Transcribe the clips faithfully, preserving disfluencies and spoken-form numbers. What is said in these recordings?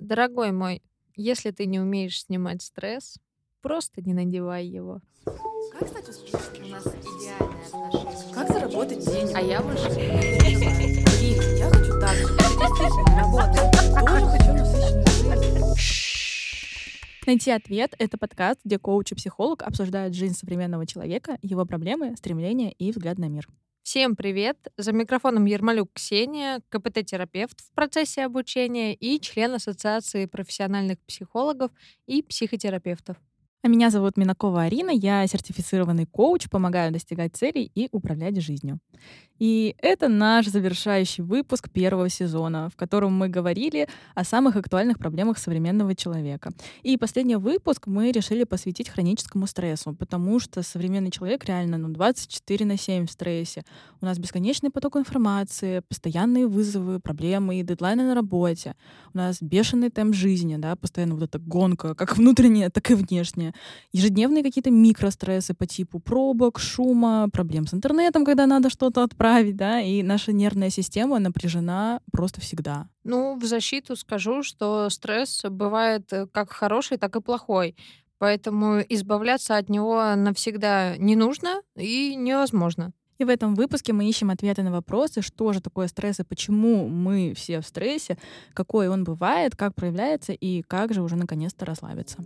Дорогой мой, если ты не умеешь снимать стресс, просто не надевай его. Как стать успешным? У нас идеальные отношения. Как заработать А денег? я больше Не не переживай. переживаю. Блин, я хочу так же. Это действительно работает. Тоже хочу насыщенную жизнь. Найти ответ — это подкаст, где коуч и психолог обсуждают жизнь современного человека, его проблемы, стремления и взгляд на мир. Всем привет! За микрофоном Ермолюк Ксения, КПТ-терапевт в процессе обучения и член Ассоциации профессиональных психологов и психотерапевтов. А меня зовут Минакова Арина, я сертифицированный коуч, помогаю достигать целей и управлять жизнью. И это наш завершающий выпуск первого сезона, в котором мы говорили о самых актуальных проблемах современного человека. И последний выпуск мы решили посвятить хроническому стрессу, потому что современный человек реально ну, двадцать четыре на семь в стрессе. У нас бесконечный поток информации, постоянные вызовы, проблемы и дедлайны на работе. У нас бешеный темп жизни, да, постоянно вот эта гонка, как внутренняя, так и внешняя. Ежедневные какие-то микрострессы по типу пробок, шума, проблем с интернетом, когда надо что-то отправить, да, и наша нервная система напряжена просто всегда. Ну, в защиту скажу, что стресс бывает э, как хороший, так и плохой. Поэтому избавляться от него навсегда не нужно и невозможно. И в этом выпуске мы ищем ответы на вопросы, что же такое стресс и почему мы все в стрессе, какой он бывает, как проявляется и как же уже наконец-то расслабиться.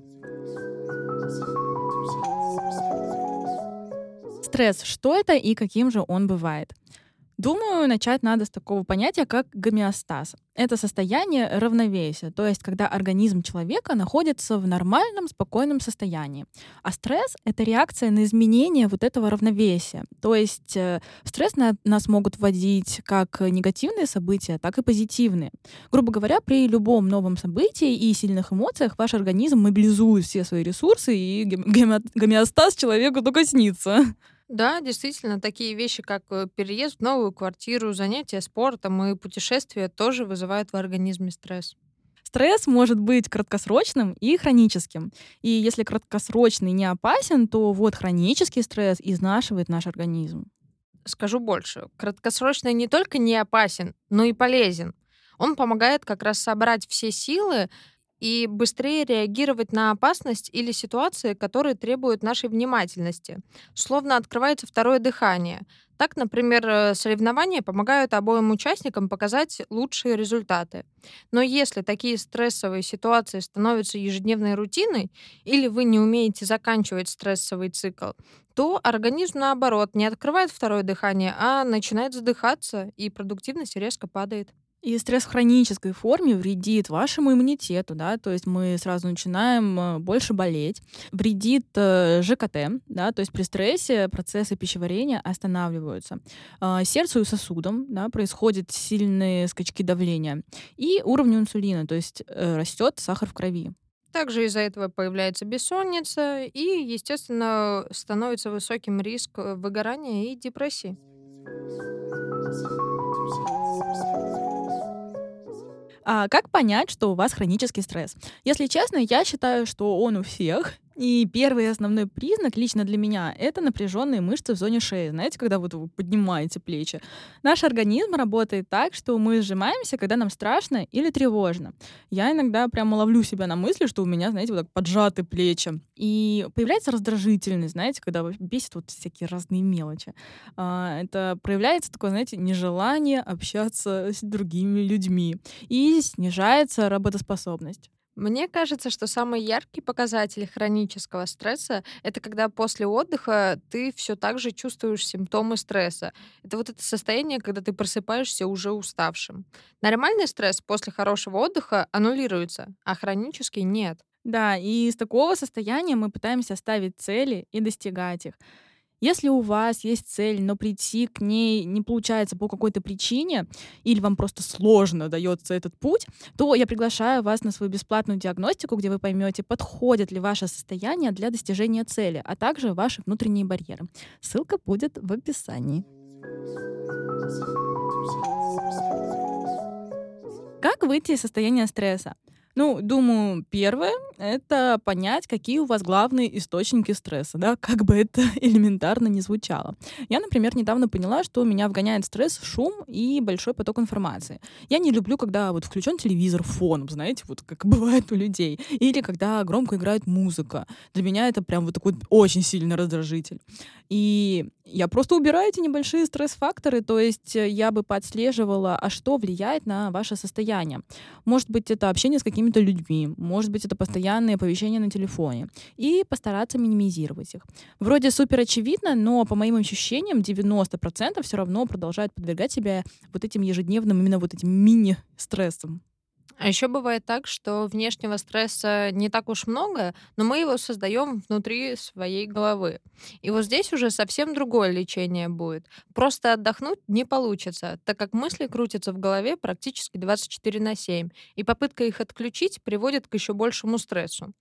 Стресс. Что это и каким же он бывает? Думаю, начать надо с такого понятия, как гомеостаз. Это состояние равновесия, то есть когда организм человека находится в нормальном, спокойном состоянии. А стресс — это реакция на изменение вот этого равновесия. То есть э, в стресс на- нас могут вводить как негативные события, так и позитивные. Грубо говоря, при любом новом событии и сильных эмоциях ваш организм мобилизует все свои ресурсы, и гем- гемо- гомеостаз человеку только снится. Да, действительно, такие вещи, как э, переезд в новую квартиру, занятия спортом и путешествия тоже вызывают в организме стресс. Стресс может быть краткосрочным и хроническим. И если краткосрочный не опасен, то вот хронический стресс изнашивает наш организм. Скажу больше. Краткосрочный не только не опасен, но и полезен. Он помогает как раз собрать все силы и быстрее реагировать на опасность или ситуации, которые требуют нашей внимательности. Словно открывается второе дыхание. Так, например, э, соревнования помогают обоим участникам показать лучшие результаты. Но если такие стрессовые ситуации становятся ежедневной рутиной, или вы не умеете заканчивать стрессовый цикл, то организм, наоборот, не открывает второе дыхание, а начинает задыхаться, и продуктивность резко падает. И стресс в хронической форме вредит вашему иммунитету, да, то есть мы сразу начинаем э, больше болеть, вредит э, ЖКТ, да, то есть при стрессе процессы пищеварения останавливаются, А, сердцу и сосудам, да, происходят сильные скачки давления и уровню инсулина, то есть э, растет сахар в крови. Также из-за этого появляется бессонница и, естественно, становится высоким риск э, выгорания и депрессии. А как понять, что у вас хронический стресс? Если честно, я считаю, что он у всех. И первый и основной признак лично для меня — это напряженные мышцы в зоне шеи. Знаете, когда вот вы поднимаете плечи. Наш организм работает так, что мы сжимаемся, когда нам страшно или тревожно. Я иногда прямо ловлю себя на мысли, что у меня, знаете, вот так поджаты плечи. И появляется раздражительность, знаете, когда вас бесит вот всякие разные мелочи. А, Это проявляется такое, знаете, нежелание общаться с другими людьми. И снижается работоспособность. Мне кажется, что самый яркий показатель хронического стресса — это когда после отдыха ты все так же чувствуешь симптомы стресса. Это вот это состояние, когда ты просыпаешься уже уставшим. Нормальный стресс после хорошего отдыха аннулируется, а хронический — нет. Да, и из такого состояния мы пытаемся ставить цели и достигать их. Если у вас есть цель, но прийти к ней не получается по какой-то причине, или вам просто сложно дается этот путь, то я приглашаю вас на свою бесплатную диагностику, где вы поймете, подходит ли ваше состояние для достижения цели, а также ваши внутренние барьеры. Ссылка будет в описании. Как выйти из состояния стресса? Ну, думаю, первое — это понять, какие у вас главные источники стресса, да, как бы это элементарно не звучало. Я, например, недавно поняла, что меня вгоняет стресс, шум и большой поток информации. Я не люблю, когда вот включен телевизор фоном, знаете, вот как бывает у людей, или когда громко играет музыка. Для меня это прям вот такой очень сильный раздражитель. И я просто убираю эти небольшие стресс-факторы, то есть э, я бы подслеживала, а что влияет на ваше состояние. Может быть, это общение с какими-то людьми, может быть, это постоянные оповещения на телефоне. И постараться минимизировать их. Вроде супер очевидно, но по моим ощущениям девяносто процентов все равно продолжают подвергать себя вот этим ежедневным, именно вот этим мини-стрессам. А еще бывает так, что внешнего стресса не так уж много, но мы его создаем внутри своей головы. И вот здесь уже совсем другое лечение будет. Просто отдохнуть не получится, так как мысли крутятся в голове практически двадцать четыре на семь, и попытка их отключить приводит к еще большему стрессу.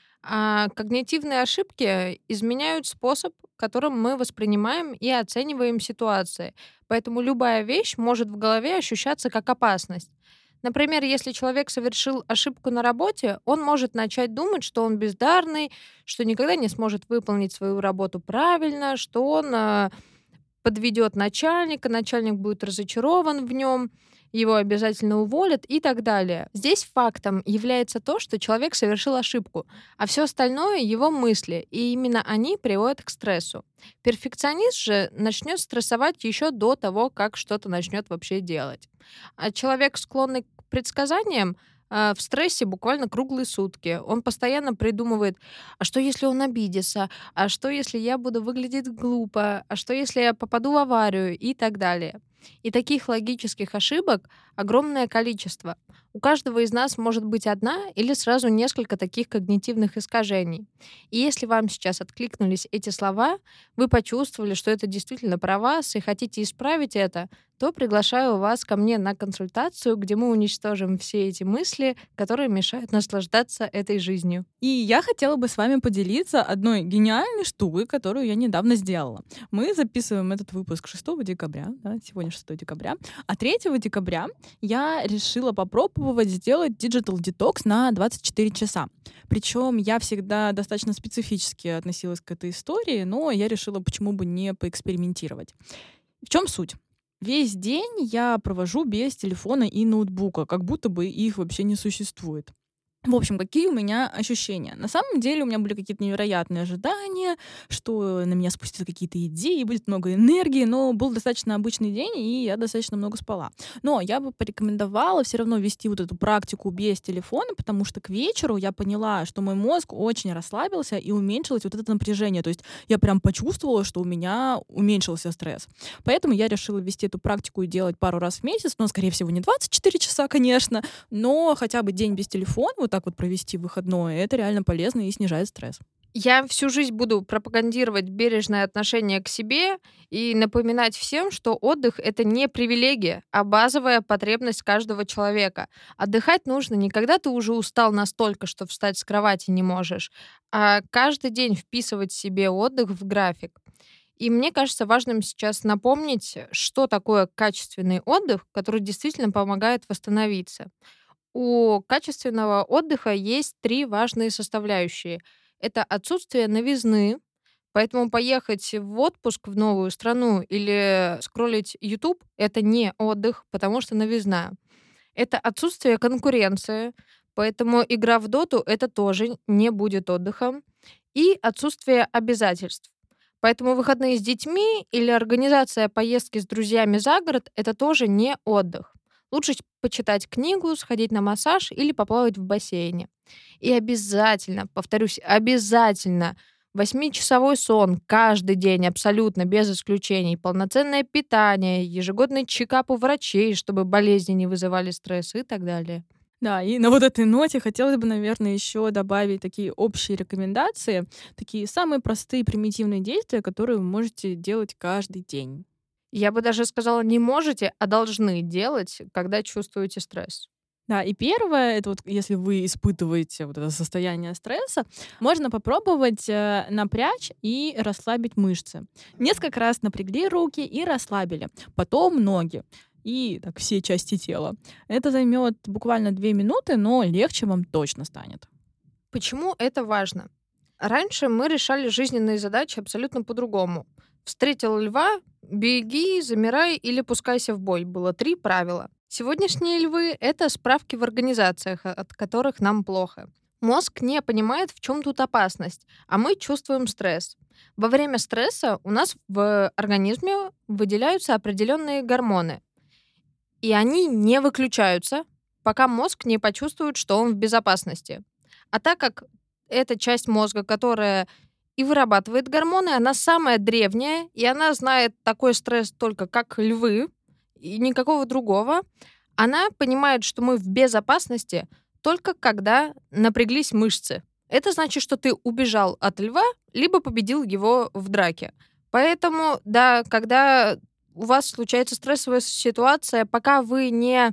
А когнитивные ошибки изменяют способ, которым мы воспринимаем и оцениваем ситуации. Поэтому любая вещь может в голове ощущаться как опасность. Например, если человек совершил ошибку на работе, он может начать думать, что он бездарный, что никогда не сможет выполнить свою работу правильно, что он а, подведет начальника, начальник будет разочарован в нем, его обязательно уволят и так далее. Здесь фактом является то, что человек совершил ошибку, а все остальное — его мысли, и именно они приводят к стрессу. Перфекционист же начнет стрессовать еще до того, как что-то начнет вообще делать. А человек, склонный к предсказаниям, а, в стрессе буквально круглые сутки. Он постоянно придумывает, а что если он обидится, а что если я буду выглядеть глупо, а что если я попаду в аварию и так далее. И таких логических ошибок огромное количество. У каждого из нас может быть одна или сразу несколько таких когнитивных искажений. И если вам сейчас откликнулись эти слова, вы почувствовали, что это действительно про вас и хотите исправить это, то приглашаю вас ко мне на консультацию, где мы уничтожим все эти мысли, которые мешают наслаждаться этой жизнью. И я хотела бы с вами поделиться одной гениальной штукой, которую я недавно сделала. Мы записываем этот выпуск шестого декабря, да, сегодня шестое декабря, а третьего декабря я решила попробовать сделать digital detox на двадцать четыре часа. Причем я всегда достаточно специфически относилась к этой истории, но я решила, почему бы не поэкспериментировать. В чем суть? Весь день я провожу без телефона и ноутбука, как будто бы их вообще не существует. В общем, какие у меня ощущения? На самом деле у меня были какие-то невероятные ожидания, что на меня спустятся какие-то идеи, будет много энергии, но был достаточно обычный день, и я достаточно много спала. Но я бы порекомендовала все равно вести вот эту практику без телефона, потому что к вечеру я поняла, что мой мозг очень расслабился и уменьшилось вот это напряжение. То есть я прям почувствовала, что у меня уменьшился стресс. Поэтому я решила вести эту практику и делать пару раз в месяц, но, скорее всего, не двадцать четыре часа, конечно, но хотя бы день без телефона, вот так вот провести выходное, это реально полезно и снижает стресс. Я всю жизнь буду пропагандировать бережное отношение к себе и напоминать всем, что отдых — это не привилегия, а базовая потребность каждого человека. Отдыхать нужно не когда ты уже устал настолько, что встать с кровати не можешь, а каждый день вписывать себе отдых в график. И мне кажется важным сейчас напомнить, что такое качественный отдых, который действительно помогает восстановиться. У качественного отдыха есть три важные составляющие. Это отсутствие новизны, поэтому поехать в отпуск в новую страну или скроллить YouTube — это не отдых, потому что новизна. Это отсутствие конкуренции, поэтому игра в доту — это тоже не будет отдыхом. И отсутствие обязательств. Поэтому выходные с детьми или организация поездки с друзьями за город — это тоже не отдых. Лучше ч- почитать книгу, сходить на массаж или поплавать в бассейне. И обязательно, повторюсь, обязательно восьмичасовой сон каждый день, абсолютно без исключений, полноценное питание, ежегодный чекап у врачей, чтобы болезни не вызывали стресс и так далее. Да, и на вот этой ноте хотелось бы, наверное, еще добавить такие общие рекомендации, такие самые простые примитивные действия, которые вы можете делать каждый день. Я бы даже сказала, не можете, а должны делать, когда чувствуете стресс. Да, и первое, это вот если вы испытываете вот это состояние стресса, можно попробовать э, напрячь и расслабить мышцы. Несколько раз напрягли руки и расслабили. Потом ноги и так все части тела. Это займет буквально две минуты, но легче вам точно станет. Почему это важно? Раньше мы решали жизненные задачи абсолютно по-другому. Встретил льва — беги, замирай или пускайся в бой. Было три правила. Сегодняшние львы — это справки в организациях, от которых нам плохо. Мозг не понимает, в чем тут опасность, а мы чувствуем стресс. Во время стресса у нас в организме выделяются определенные гормоны, и они не выключаются, пока мозг не почувствует, что он в безопасности. А так как эта часть мозга, которая и вырабатывает гормоны, она самая древняя, и она знает такой стресс только как львы, и никакого другого, она понимает, что мы в безопасности только когда напряглись мышцы. Это значит, что ты убежал от льва, либо победил его в драке. Поэтому, да, когда у вас случается стрессовая ситуация, пока вы не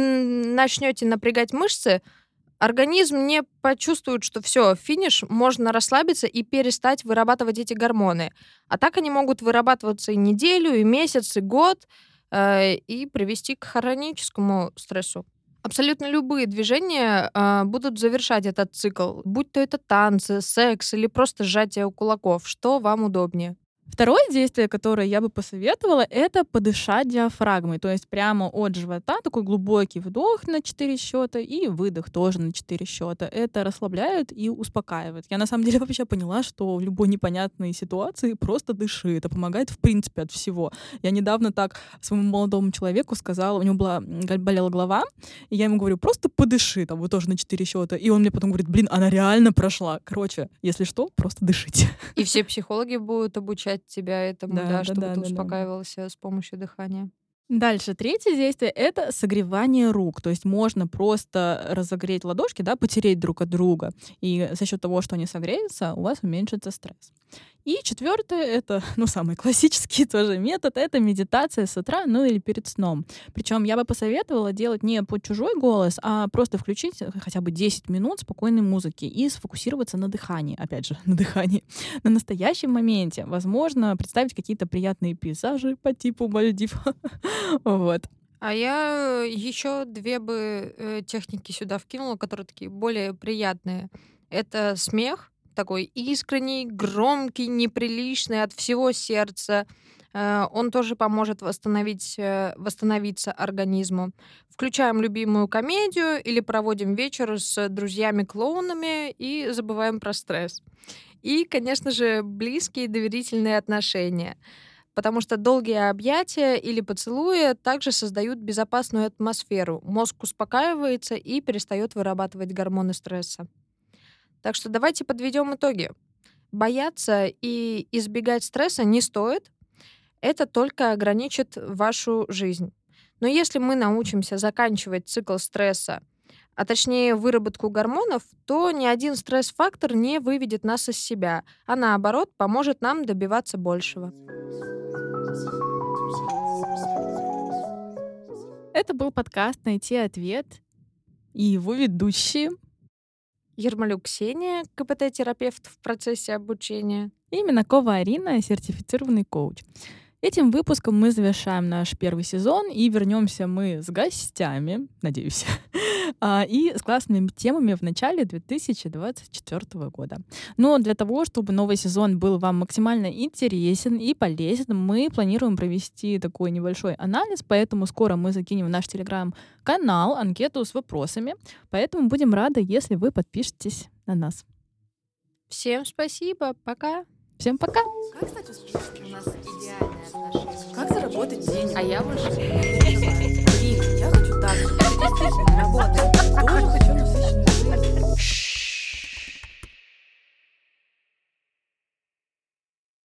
начнете напрягать мышцы, организм не почувствует, что все, финиш, можно расслабиться и перестать вырабатывать эти гормоны. А так они могут вырабатываться и неделю, и месяц, и год, э, и привести к хроническому стрессу. Абсолютно любые движения э, будут завершать этот цикл, будь то это танцы, секс или просто сжатие кулаков, что вам удобнее. Второе действие, которое я бы посоветовала, это подышать диафрагмой. То есть прямо от живота такой глубокий вдох на четыре счета и выдох тоже на четыре счета. Это расслабляет и успокаивает. Я на самом деле вообще поняла, что в любой непонятной ситуации просто дыши. Это помогает в принципе от всего. Я недавно так своему молодому человеку сказала, у него была, болела голова, и я ему говорю, просто подыши, там вот тоже на четыре счета. И он мне потом говорит, блин, она реально прошла. Короче, если что, просто дышите. И все психологи будут обучать тебя этому, да, Да, да да, чтобы да, ты да, да. успокаивался с помощью дыхания. Дальше, третье действие — это согревание рук. То есть можно просто разогреть ладошки, да, потереть друг от друга. И за счет того, что они согреются, у вас уменьшится стресс. И четвертое — это, ну, самый классический тоже метод — это медитация с утра, ну, или перед сном. Причем я бы посоветовала делать не под чужой голос, а просто включить хотя бы десять минут спокойной музыки и сфокусироваться на дыхании. Опять же, на дыхании. На настоящем моменте. Возможно, представить какие-то приятные пейзажи по типу Мальдив. Вот. А я еще две бы э, техники сюда вкинула, которые такие более приятные. Это смех, такой искренний, громкий, неприличный, от всего сердца. Э, он тоже поможет восстановить, э, восстановиться организму. Включаем любимую комедию или проводим вечер с друзьями-клоунами и забываем про стресс. И, конечно же, близкие доверительные отношения. Потому что долгие объятия или поцелуи также создают безопасную атмосферу. Мозг успокаивается и перестает вырабатывать гормоны стресса. Так что давайте подведем итоги. Бояться и избегать стресса не стоит. Это только ограничит вашу жизнь. Но если мы научимся заканчивать цикл стресса, а точнее выработку гормонов, то ни один стресс-фактор не выведет нас из себя, а наоборот поможет нам добиваться большего. Это был подкаст «Найти ответ» и его ведущие Ермолюк Ксения, ка пэ тэ-терапевт в процессе обучения. и Минакова Арина, сертифицированный коуч. Этим выпуском мы завершаем наш первый сезон, и вернемся мы с гостями, надеюсь, и с классными темами в начале две тысячи двадцать четвёртого года. Но для того, чтобы новый сезон был вам максимально интересен и полезен, мы планируем провести такой небольшой анализ, поэтому скоро мы закинем в наш телеграм-канал анкету с вопросами, поэтому будем рады, если вы подпишетесь на нас. Всем спасибо, пока. Всем пока! Как стать успешным? У нас идеальные отношения. Как заработать денег? А я больше. Блин, я хочу так же. Это действительно работает. Тоже хочу насыщенную жизнь.